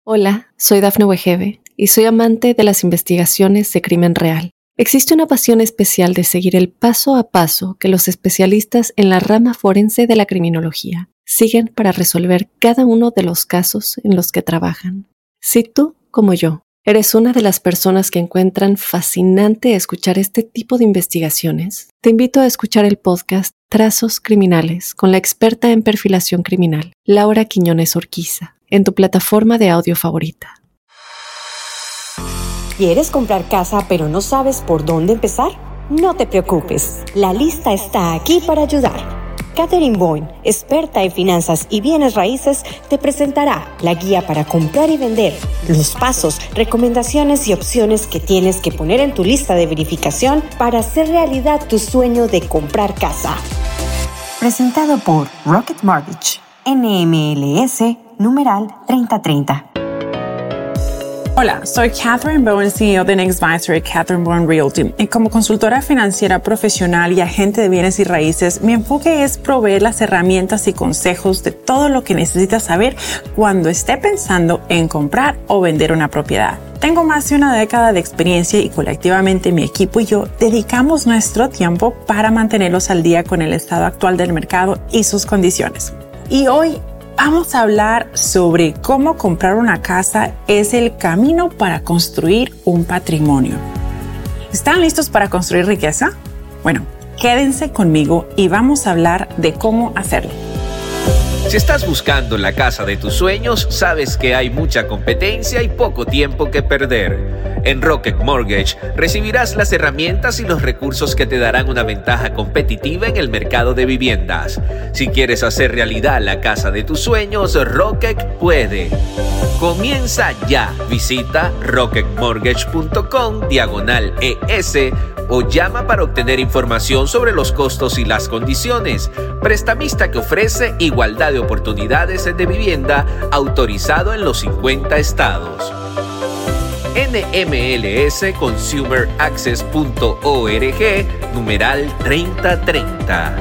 Hola, soy Dafne Wegebe y soy amante de las investigaciones de crimen real. Existe una pasión especial de seguir el paso a paso que los especialistas en la rama forense de la criminología siguen para resolver cada uno de los casos en los que trabajan. Si tú, como yo, eres una de las personas que encuentran fascinante escuchar este tipo de investigaciones, te invito a escuchar el podcast Trazos Criminales con la experta en perfilación criminal, Laura Quiñones Orquiza, en tu plataforma de audio favorita. ¿Quieres comprar casa pero no sabes por dónde empezar? No te preocupes, la lista está aquí para ayudar. Katherine Boyne, experta en finanzas y bienes raíces, te presentará la guía para comprar y vender, los pasos, recomendaciones y opciones que tienes que poner en tu lista de verificación para hacer realidad tu sueño de comprar casa. Presentado por Rocket Mortgage, NMLS, numeral 3030. Hola, soy Katherine Bowen, CEO de Nextvisor y Katherine Bowen Realty. Y como consultora financiera profesional y agente de bienes y raíces, mi enfoque es proveer las herramientas y consejos de todo lo que necesitas saber cuando esté pensando en comprar o vender una propiedad. Tengo más de una década de experiencia y colectivamente mi equipo y yo dedicamos nuestro tiempo para mantenerlos al día con el estado actual del mercado y sus condiciones. Y hoy vamos a hablar sobre cómo comprar una casa es el camino para construir un patrimonio. ¿Están listos para construir riqueza? Bueno, quédense conmigo y vamos a hablar de cómo hacerlo. Si estás buscando la casa de tus sueños, sabes que hay mucha competencia y poco tiempo que perder. En Rocket Mortgage recibirás las herramientas y los recursos que te darán una ventaja competitiva en el mercado de viviendas. Si quieres hacer realidad la casa de tus sueños, Rocket puede. Comienza ya. Visita rocketmortgage.com/ES o llama para obtener información sobre los costos y las condiciones. Prestamista que ofrece igualdad de oportunidades de vivienda, autorizado en los 50 estados. NMLSconsumeraccess.org, numeral 3030.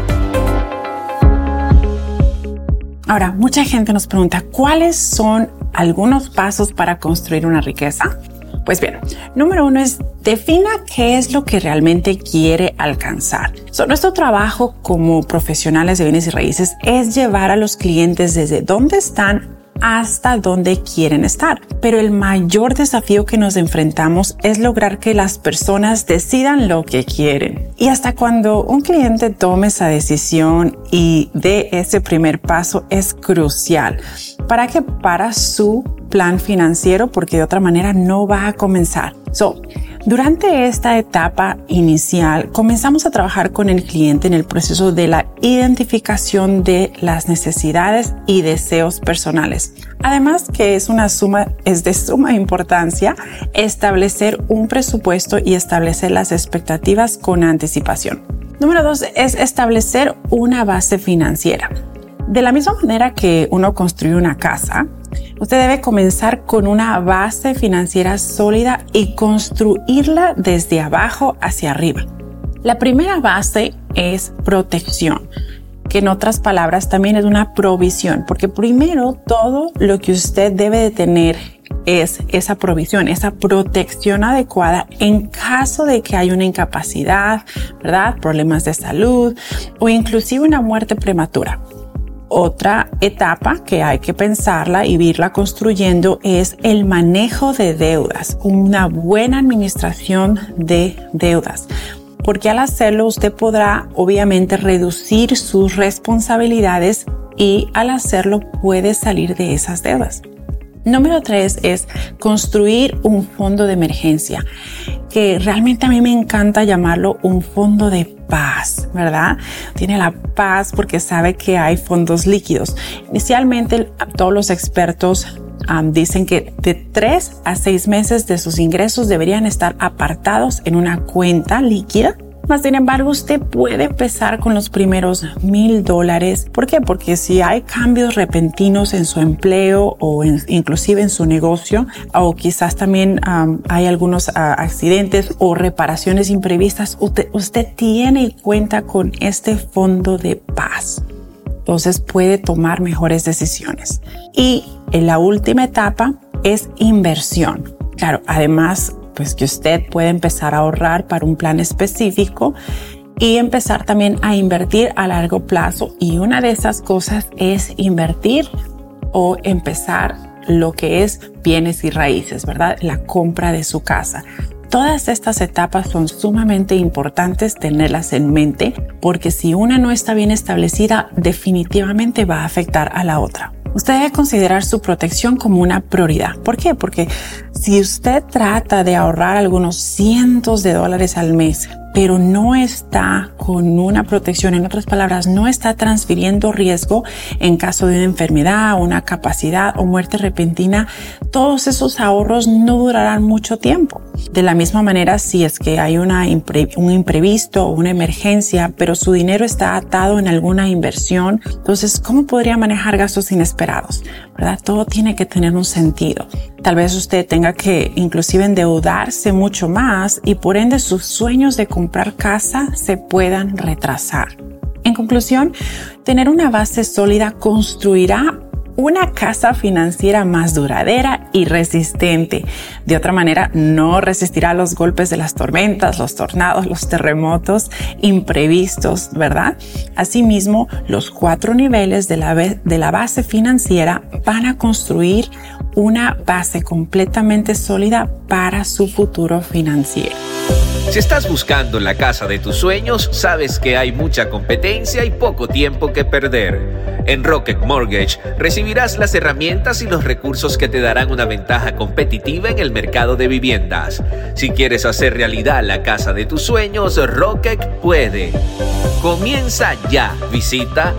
Ahora, mucha gente nos pregunta, ¿cuáles son algunos pasos para construir una riqueza? Pues bien, número 1 es defina qué es lo que realmente quiere alcanzar. Nuestro trabajo como profesionales de bienes y raíces es llevar a los clientes desde dónde están hasta dónde quieren estar. Pero el mayor desafío que nos enfrentamos es lograr que las personas decidan lo que quieren. Y hasta cuando un cliente tome esa decisión y dé ese primer paso es crucial. ¿Para qué? Para su plan financiero, porque de otra manera no va a comenzar. Durante esta etapa inicial, comenzamos a trabajar con el cliente en el proceso de la identificación de las necesidades y deseos personales. Además que es de suma importancia establecer un presupuesto y establecer las expectativas con anticipación. Número 2 es establecer una base financiera. De la misma manera que uno construye una casa, usted debe comenzar con una base financiera sólida y construirla desde abajo hacia arriba. La primera base es protección, que en otras palabras también es una provisión, porque primero todo lo que usted debe de tener es esa provisión, esa protección adecuada en caso de que haya una incapacidad, ¿verdad? Problemas de salud o inclusive una muerte prematura. Otra etapa que hay que pensarla y irla construyendo es el manejo de deudas, una buena administración de deudas. Porque al hacerlo usted podrá obviamente reducir sus responsabilidades y al hacerlo puede salir de esas deudas. Número 3 es construir un fondo de emergencia, que realmente a mí me encanta llamarlo un fondo de paz, ¿verdad? Tiene la paz porque sabe que hay fondos líquidos. Inicialmente, todos los expertos dicen que de 3 a 6 meses de sus ingresos deberían estar apartados en una cuenta líquida. Mas, sin embargo, usted puede empezar con los primeros $1,000. ¿Por qué? Porque si hay cambios repentinos en su empleo o inclusive en su negocio, o quizás también hay algunos accidentes o reparaciones imprevistas, usted tiene y cuenta con este fondo de paz. Entonces puede tomar mejores decisiones. Y en la última etapa es inversión. Claro, además, pues que usted puede empezar a ahorrar para un plan específico y empezar también a invertir a largo plazo. Y una de esas cosas es invertir o empezar lo que es bienes y raíces, ¿verdad? La compra de su casa. Todas estas etapas son sumamente importantes tenerlas en mente, porque si una no está bien establecida, definitivamente va a afectar a la otra. Usted debe considerar su protección como una prioridad. ¿Por qué? Porque si usted trata de ahorrar algunos cientos de dólares al mes, pero no está con una protección, en otras palabras, no está transfiriendo riesgo en caso de una enfermedad, una capacidad o muerte repentina, todos esos ahorros no durarán mucho tiempo. De la misma manera, si es que hay un imprevisto o una emergencia, pero su dinero está atado en alguna inversión, entonces, ¿cómo podría manejar gastos inesperados? ¿Verdad? Todo tiene que tener un sentido. Tal vez usted tenga que inclusive endeudarse mucho más y por ende sus sueños de comprar casa se puedan retrasar. En conclusión, tener una base sólida construirá una casa financiera más duradera y resistente. De otra manera, no resistirá los golpes de las tormentas, los tornados, los terremotos imprevistos, ¿verdad? Asimismo, los 4 niveles de la base financiera van a construir una base completamente sólida para su futuro financiero. Si estás buscando la casa de tus sueños, sabes que hay mucha competencia y poco tiempo que perder. En Rocket Mortgage recibirás las herramientas y los recursos que te darán una ventaja competitiva en el mercado de viviendas. Si quieres hacer realidad la casa de tus sueños, Rocket puede. Comienza ya. Visita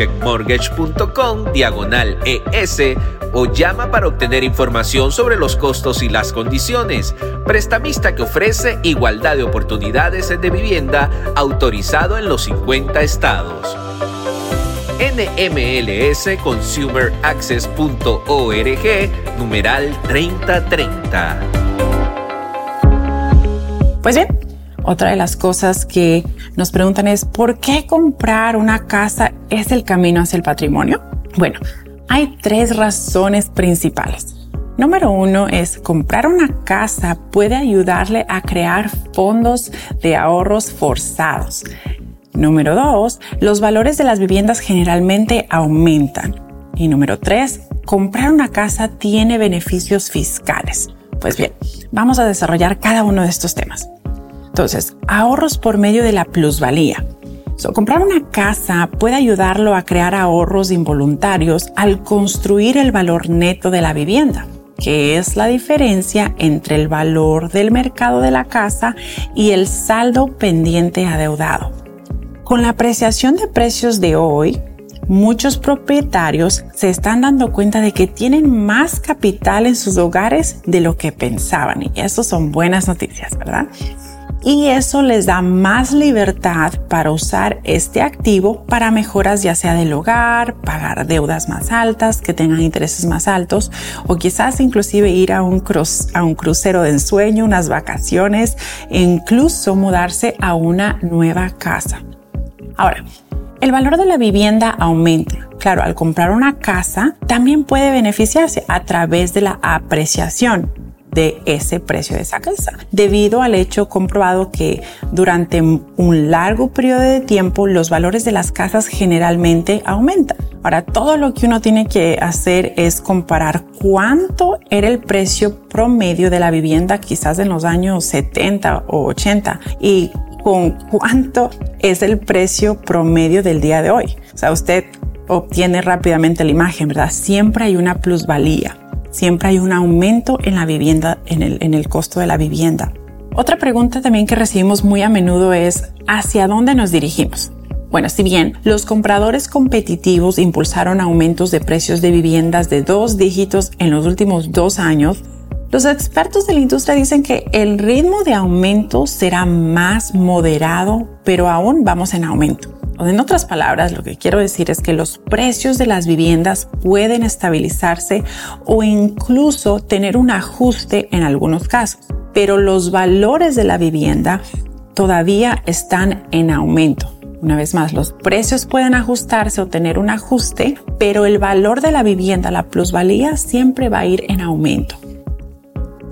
rocketmortgage.com/ES o llama para obtener información sobre los costos y las condiciones. Prestamista que ofrece igualdad de oportunidades de vivienda, autorizado en los 50 estados. NMLSconsumeraccess.org, numeral 3030. Pues bien, otra de las cosas que nos preguntan es ¿por qué comprar una casa es el camino hacia el patrimonio? Bueno, hay 3 razones principales. Número 1 es comprar una casa puede ayudarle a crear fondos de ahorros forzados. Número 2, los valores de las viviendas generalmente aumentan. Y número 3, comprar una casa tiene beneficios fiscales. Pues bien, vamos a desarrollar cada uno de estos temas. Entonces, ahorros por medio de la plusvalía. Comprar una casa puede ayudarlo a crear ahorros involuntarios al construir el valor neto de la vivienda, que es la diferencia entre el valor del mercado de la casa y el saldo pendiente adeudado. Con la apreciación de precios de hoy, muchos propietarios se están dando cuenta de que tienen más capital en sus hogares de lo que pensaban. Y eso son buenas noticias, ¿verdad? Y eso les da más libertad para usar este activo para mejoras ya sea del hogar, pagar deudas más altas, que tengan intereses más altos, o quizás inclusive ir a un crucero de ensueño, unas vacaciones, e incluso mudarse a una nueva casa. Ahora, el valor de la vivienda aumenta. Claro, al comprar una casa también puede beneficiarse a través de la apreciación de ese precio de esa casa, debido al hecho comprobado que durante un largo periodo de tiempo los valores de las casas generalmente aumentan. Ahora, todo lo que uno tiene que hacer es comparar cuánto era el precio promedio de la vivienda quizás en los años 70 o 80 y con cuánto es el precio promedio del día de hoy. O sea, usted obtiene rápidamente la imagen, ¿verdad? Siempre hay una plusvalía, siempre hay un aumento en la vivienda, en el costo de la vivienda. Otra pregunta también que recibimos muy a menudo es ¿hacia dónde nos dirigimos? Bueno, si bien los compradores competitivos impulsaron aumentos de precios de viviendas de 2 dígitos en los últimos 2 años, los expertos de la industria dicen que el ritmo de aumento será más moderado, pero aún vamos en aumento. En otras palabras, lo que quiero decir es que los precios de las viviendas pueden estabilizarse o incluso tener un ajuste en algunos casos, pero los valores de la vivienda todavía están en aumento. Una vez más, los precios pueden ajustarse o tener un ajuste, pero el valor de la vivienda, la plusvalía, siempre va a ir en aumento.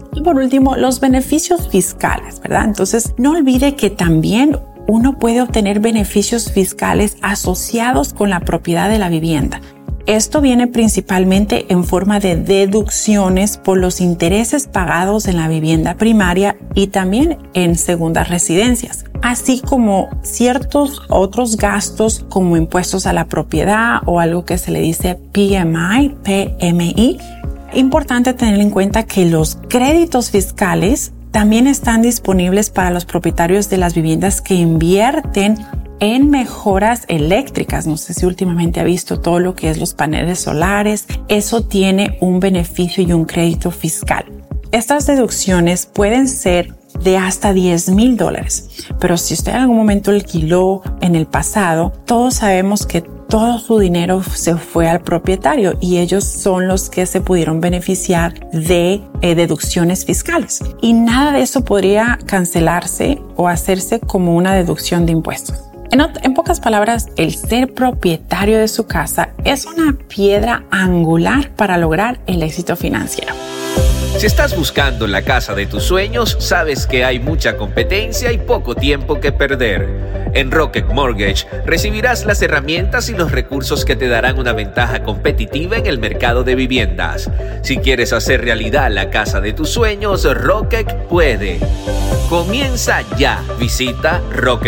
Y por último, los beneficios fiscales, ¿verdad? Entonces, no olvide que también uno puede obtener beneficios fiscales asociados con la propiedad de la vivienda. Esto viene principalmente en forma de deducciones por los intereses pagados en la vivienda primaria y también en segundas residencias, así como ciertos otros gastos como impuestos a la propiedad o algo que se le dice PMI. Importante tener en cuenta que los créditos fiscales también están disponibles para los propietarios de las viviendas que invierten en mejoras eléctricas. No sé si últimamente ha visto todo lo que es los paneles solares. Eso tiene un beneficio y un crédito fiscal. Estas deducciones pueden ser de hasta $10,000, pero si usted en algún momento alquiló en el pasado, todos sabemos que todo su dinero se fue al propietario y ellos son los que se pudieron beneficiar de deducciones fiscales. Y nada de eso podría cancelarse o hacerse como una deducción de impuestos. En pocas palabras, el ser propietario de su casa es una piedra angular para lograr el éxito financiero. Si estás buscando la casa de tus sueños, sabes que hay mucha competencia y poco tiempo que perder. En Rocket Mortgage recibirás las herramientas y los recursos que te darán una ventaja competitiva en el mercado de viviendas. Si quieres hacer realidad la casa de tus sueños, Rocket puede. Comienza ya. Visita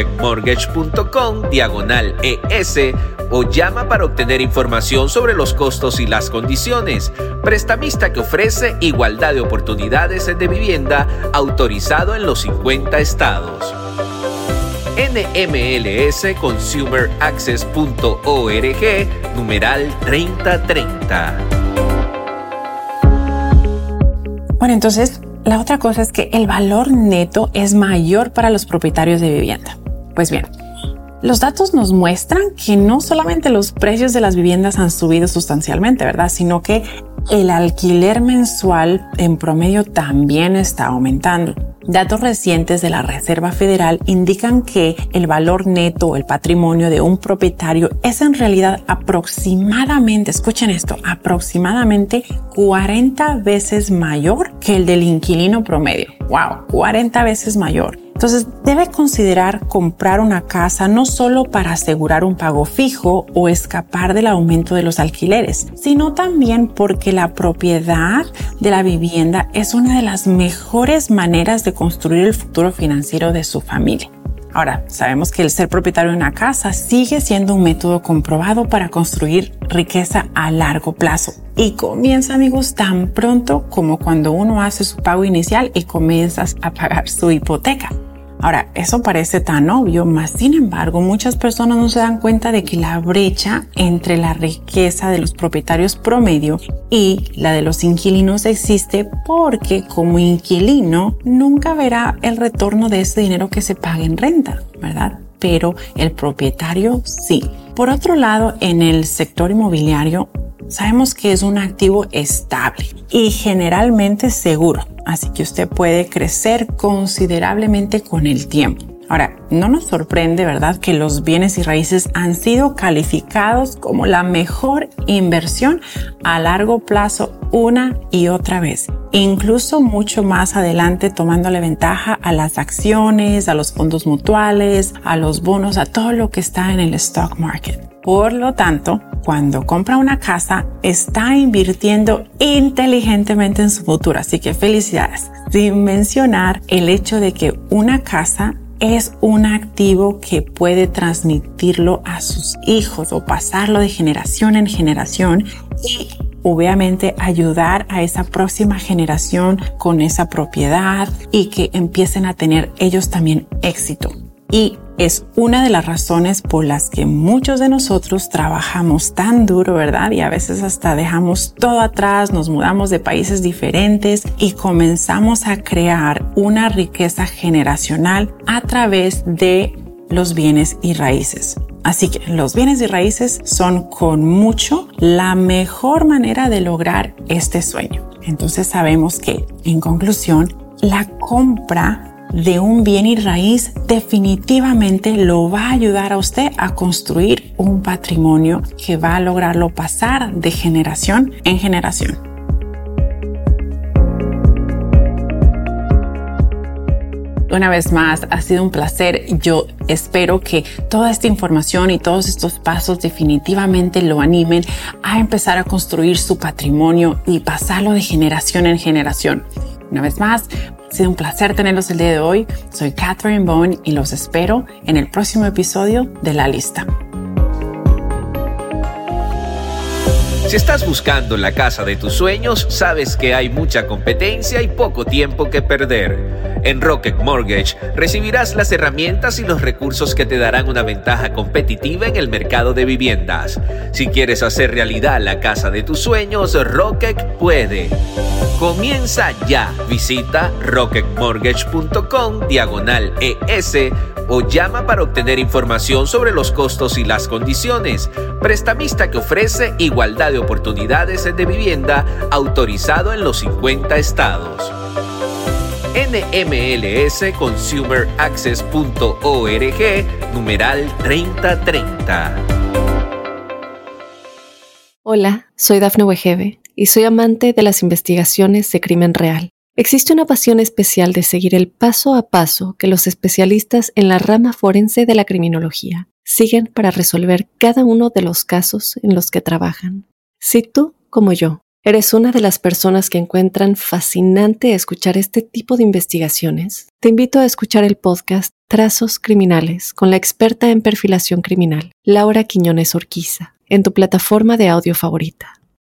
rocketmortgage.com/ES o llama para obtener información sobre los costos y las condiciones. Prestamista que ofrece igualdad de oportunidades de vivienda, autorizado en los 50 estados. NMLSconsumeraccess.org, numeral 3030. Bueno, entonces, la otra cosa es que el valor neto es mayor para los propietarios de vivienda. Pues bien, los datos nos muestran que no solamente los precios de las viviendas han subido sustancialmente, ¿verdad? Sino que el alquiler mensual en promedio también está aumentando. Datos recientes de la Reserva Federal indican que el valor neto o el patrimonio de un propietario es en realidad aproximadamente, escuchen esto, aproximadamente 40 veces mayor que el del inquilino promedio. ¡Wow! 40 veces mayor. Entonces, debe considerar comprar una casa no solo para asegurar un pago fijo o escapar del aumento de los alquileres, sino también porque la propiedad de la vivienda es una de las mejores maneras de construir el futuro financiero de su familia. Ahora, sabemos que el ser propietario de una casa sigue siendo un método comprobado para construir riqueza a largo plazo. Y comienza, amigos, tan pronto como cuando uno hace su pago inicial y comienzas a pagar su hipoteca. Ahora, eso parece tan obvio, mas sin embargo, muchas personas no se dan cuenta de que la brecha entre la riqueza de los propietarios promedio y la de los inquilinos existe porque como inquilino nunca verá el retorno de ese dinero que se paga en renta, ¿verdad? Pero el propietario sí. Por otro lado, en el sector inmobiliario, sabemos que es un activo estable y generalmente seguro, así que usted puede crecer considerablemente con el tiempo. Ahora, no nos sorprende, ¿verdad?, que los bienes y raíces han sido calificados como la mejor inversión a largo plazo una y otra vez, incluso mucho más adelante tomándole ventaja a las acciones, a los fondos mutuales, a los bonos, a todo lo que está en el stock market. Por lo tanto, cuando compra una casa, está invirtiendo inteligentemente en su futuro. Así que felicidades. Sin mencionar el hecho de que una casa es un activo que puede transmitirlo a sus hijos o pasarlo de generación en generación y obviamente ayudar a esa próxima generación con esa propiedad y que empiecen a tener ellos también éxito. Y es una de las razones por las que muchos de nosotros trabajamos tan duro, ¿verdad? Y a veces hasta dejamos todo atrás, nos mudamos de países diferentes y comenzamos a crear una riqueza generacional a través de los bienes y raíces. Así que los bienes y raíces son con mucho la mejor manera de lograr este sueño. Entonces sabemos que, en conclusión, la compra de un bien y raíz definitivamente lo va a ayudar a usted a construir un patrimonio que va a lograrlo pasar de generación en generación. Una vez más, ha sido un placer. Yo espero que toda esta información y todos estos pasos definitivamente lo animen a empezar a construir su patrimonio y pasarlo de generación en generación. Una vez más, ha sido un placer tenerlos el día de hoy. Soy Catherine Bone y los espero en el próximo episodio de La Lista. Si estás buscando la casa de tus sueños, sabes que hay mucha competencia y poco tiempo que perder. En Rocket Mortgage recibirás las herramientas y los recursos que te darán una ventaja competitiva en el mercado de viviendas. Si quieres hacer realidad la casa de tus sueños, Rocket puede. Comienza ya. Visita rocketmortgage.com/ES o llama para obtener información sobre los costos y las condiciones. Prestamista que ofrece igualdad de oportunidades de vivienda, autorizado en los 50 estados. NMLSconsumeraccess.org, numeral 3030. Hola, soy Dafne Wegebe y soy amante de las investigaciones de crimen real. Existe una pasión especial de seguir el paso a paso que los especialistas en la rama forense de la criminología siguen para resolver cada uno de los casos en los que trabajan. Si tú, como yo, ¿eres una de las personas que encuentran fascinante escuchar este tipo de investigaciones? Te invito a escuchar el podcast Trazos Criminales con la experta en perfilación criminal, Laura Quiñones Orquiza, en tu plataforma de audio favorita.